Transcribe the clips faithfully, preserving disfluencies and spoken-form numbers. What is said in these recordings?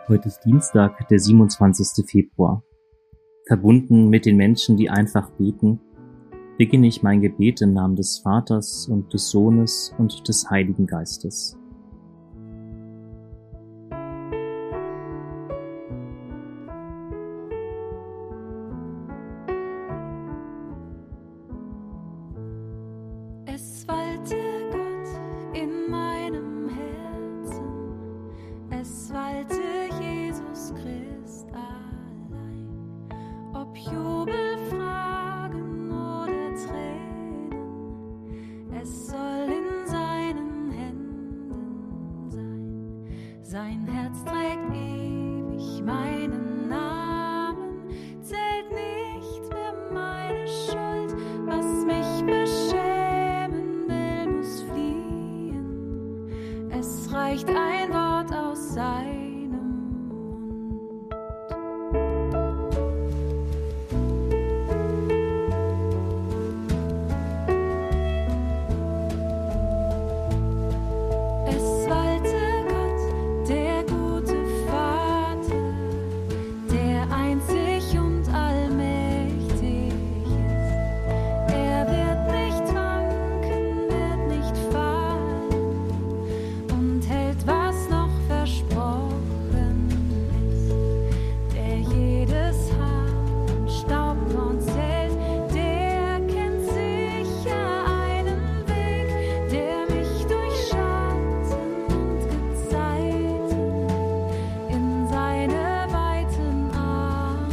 Heute ist Dienstag, der siebenundzwanzigste Februar. Verbunden mit den Menschen, die einfach beten, beginne ich mein Gebet im Namen des Vaters und des Sohnes und des Heiligen Geistes. Es wallte Gott in meinem Herzen, es wallte Jesus Christ allein. Ob Jubel, Fragen oder Tränen, es soll in seinen Händen sein. Sein Herz trägt ewig meinen Namen, zählt nicht mehr meine Schuld, was mich beschämen will, muss fliehen. Es reicht ein Wort aus seinem Mund. Es wallte Gott, der gute Vater, der einzig und allmächtig ist. Er wird nicht wanken, wird nicht fallen und hält, was noch versprochen ist. Der jedes Haar am Staubkorn zählt, der kennt sicher einen Weg, der mich durch Schatten und Gezeiten in seine weiten Arme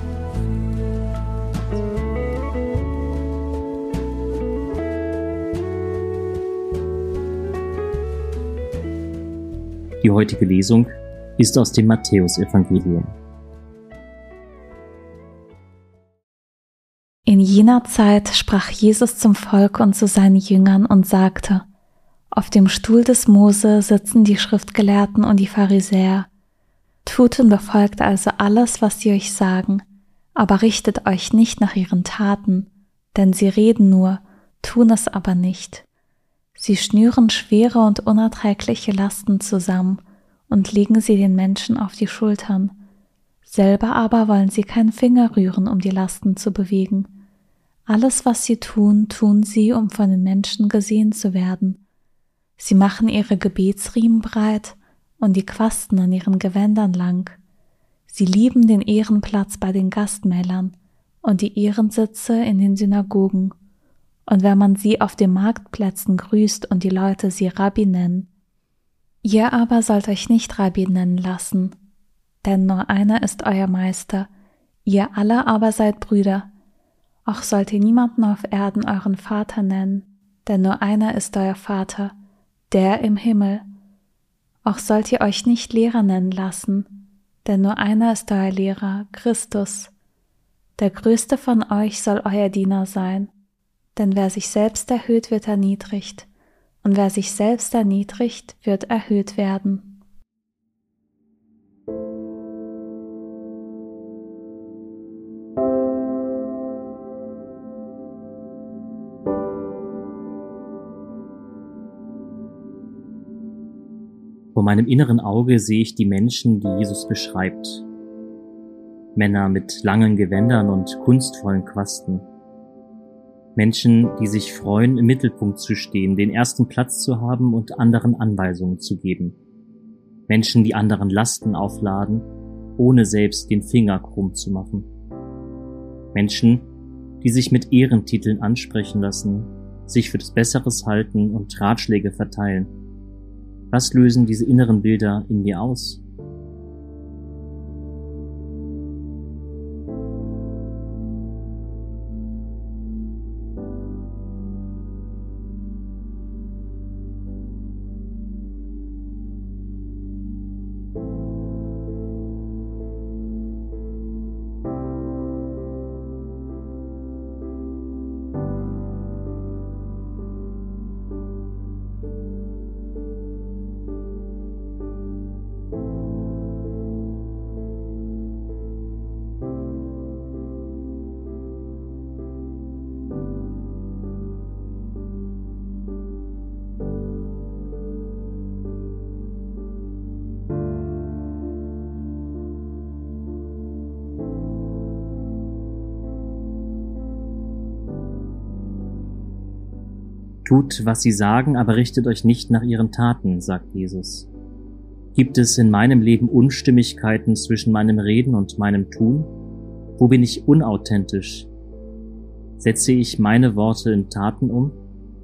Die heutige Lesung ist aus dem Matthäusevangelium. In jener Zeit sprach Jesus zum Volk und zu seinen Jüngern und sagte: Auf dem Stuhl des Mose sitzen die Schriftgelehrten und die Pharisäer. Tut und befolgt also alles, was sie euch sagen, aber richtet euch nicht nach ihren Taten, denn sie reden nur, tun es aber nicht. Sie schnüren schwere und unerträgliche Lasten zusammen und legen sie den Menschen auf die Schultern. Selber aber wollen sie keinen Finger rühren, um die Lasten zu bewegen. Alles, was sie tun, tun sie, um von den Menschen gesehen zu werden. Sie machen ihre Gebetsriemen breit und die Quasten an ihren Gewändern lang. Sie lieben den Ehrenplatz bei den Gastmälern und die Ehrensitze in den Synagogen. Und wenn man sie auf den Marktplätzen grüßt und die Leute sie Rabbi nennen. Ihr aber sollt euch nicht Rabbi nennen lassen, denn nur einer ist euer Meister, ihr alle aber seid Brüder. Auch sollt ihr niemanden auf Erden euren Vater nennen, denn nur einer ist euer Vater, der im Himmel. Auch sollt ihr euch nicht Lehrer nennen lassen, denn nur einer ist euer Lehrer, Christus. Der Größte von euch soll euer Diener sein. Denn wer sich selbst erhöht, wird erniedrigt, und wer sich selbst erniedrigt, wird erhöht werden. Vor meinem inneren Auge sehe ich die Menschen, die Jesus beschreibt. Männer mit langen Gewändern und kunstvollen Quasten. Menschen, die sich freuen, im Mittelpunkt zu stehen, den ersten Platz zu haben und anderen Anweisungen zu geben. Menschen, die anderen Lasten aufladen, ohne selbst den Finger krumm zu machen. Menschen, die sich mit Ehrentiteln ansprechen lassen, sich für das Besseres halten und Ratschläge verteilen. Was lösen diese inneren Bilder in mir aus? Tut, was sie sagen, aber richtet euch nicht nach ihren Taten, sagt Jesus. Gibt es in meinem Leben Unstimmigkeiten zwischen meinem Reden und meinem Tun? Wo bin ich unauthentisch? Setze ich meine Worte in Taten um?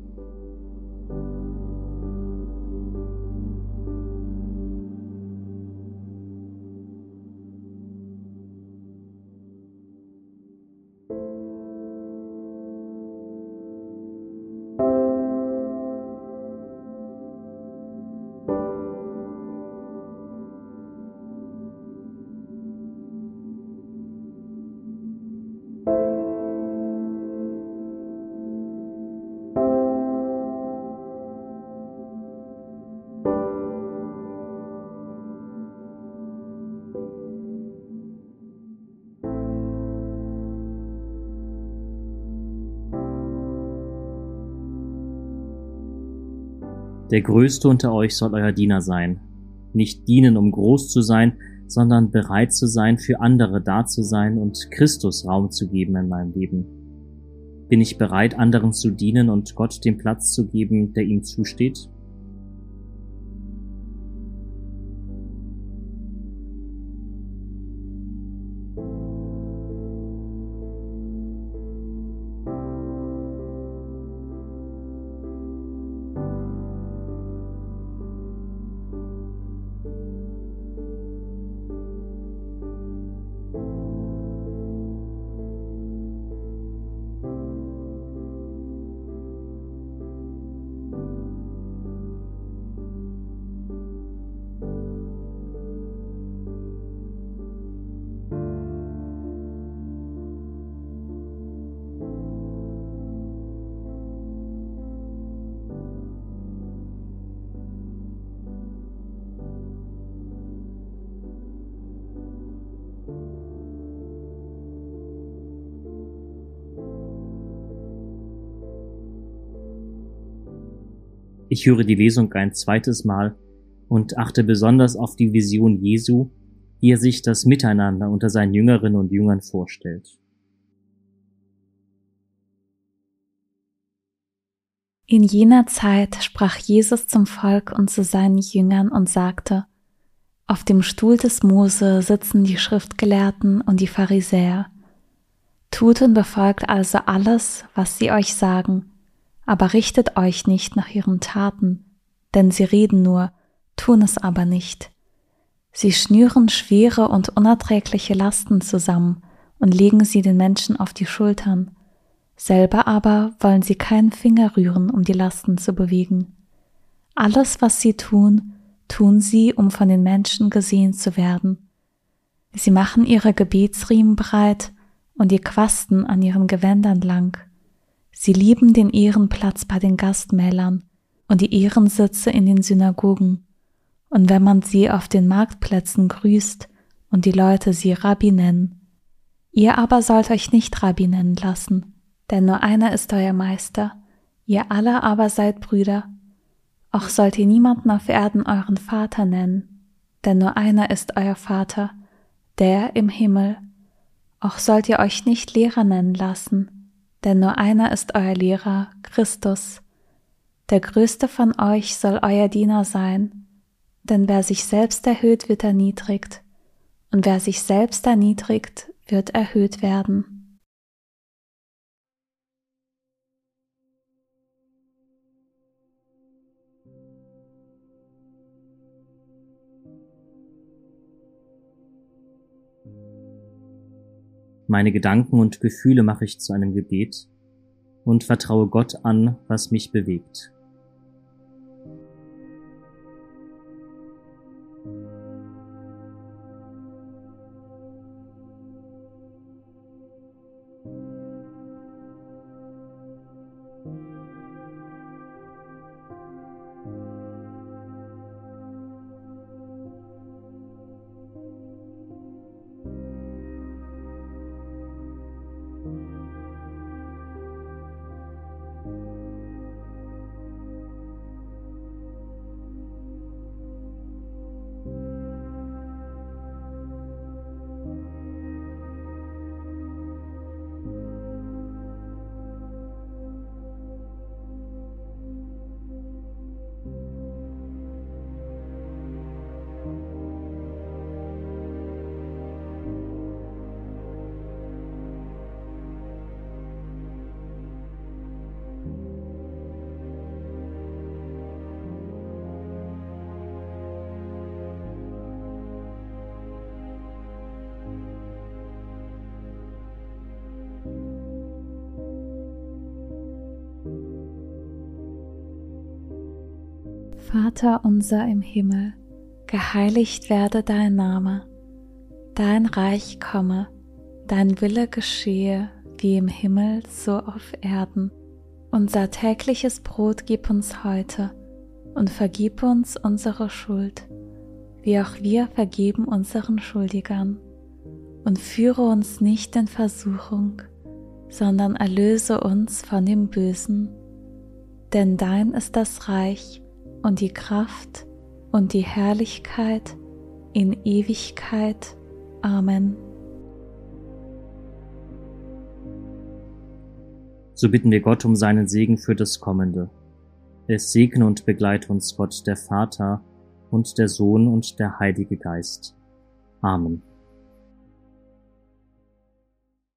Der Größte unter euch soll euer Diener sein. Nicht dienen, um groß zu sein, sondern bereit zu sein, für andere da zu sein und Christus Raum zu geben in meinem Leben. Bin ich bereit, anderen zu dienen und Gott den Platz zu geben, der ihm zusteht? Ich höre die Lesung ein zweites Mal und achte besonders auf die Vision Jesu, wie er sich das Miteinander unter seinen Jüngerinnen und Jüngern vorstellt. In jener Zeit sprach Jesus zum Volk und zu seinen Jüngern und sagte: Auf dem Stuhl des Mose sitzen die Schriftgelehrten und die Pharisäer. Tut und befolgt also alles, was sie euch sagen, aber richtet euch nicht nach ihren Taten, denn sie reden nur, tun es aber nicht. Sie schnüren schwere und unerträgliche Lasten zusammen und legen sie den Menschen auf die Schultern. Selber aber wollen sie keinen Finger rühren, um die Lasten zu bewegen. Alles, was sie tun, tun sie, um von den Menschen gesehen zu werden. Sie machen ihre Gebetsriemen breit und ihr Quasten an ihren Gewändern lang. Sie lieben den Ehrenplatz bei den Gastmälern und die Ehrensitze in den Synagogen. Und wenn man sie auf den Marktplätzen grüßt und die Leute sie Rabbi nennen. Ihr aber sollt euch nicht Rabbi nennen lassen, denn nur einer ist euer Meister, ihr alle aber seid Brüder. Auch sollt ihr niemanden auf Erden euren Vater nennen, denn nur einer ist euer Vater, der im Himmel. Auch sollt ihr euch nicht Lehrer nennen lassen, denn nur einer ist euer Lehrer, Christus. Der Größte von euch soll euer Diener sein, denn wer sich selbst erhöht, wird erniedrigt, und wer sich selbst erniedrigt, wird erhöht werden. Meine Gedanken und Gefühle mache ich zu einem Gebet und vertraue Gott an, was mich bewegt. Vater unser im Himmel, geheiligt werde dein Name, dein Reich komme, dein Wille geschehe, wie im Himmel, so auf Erden. Unser tägliches Brot gib uns heute und vergib uns unsere Schuld, wie auch wir vergeben unseren Schuldigern. Und führe uns nicht in Versuchung, sondern erlöse uns von dem Bösen. Denn dein ist das Reich und die Kraft und die Herrlichkeit in Ewigkeit. Amen. So bitten wir Gott um seinen Segen für das Kommende. Es segne und begleite uns Gott, der Vater und der Sohn und der Heilige Geist. Amen.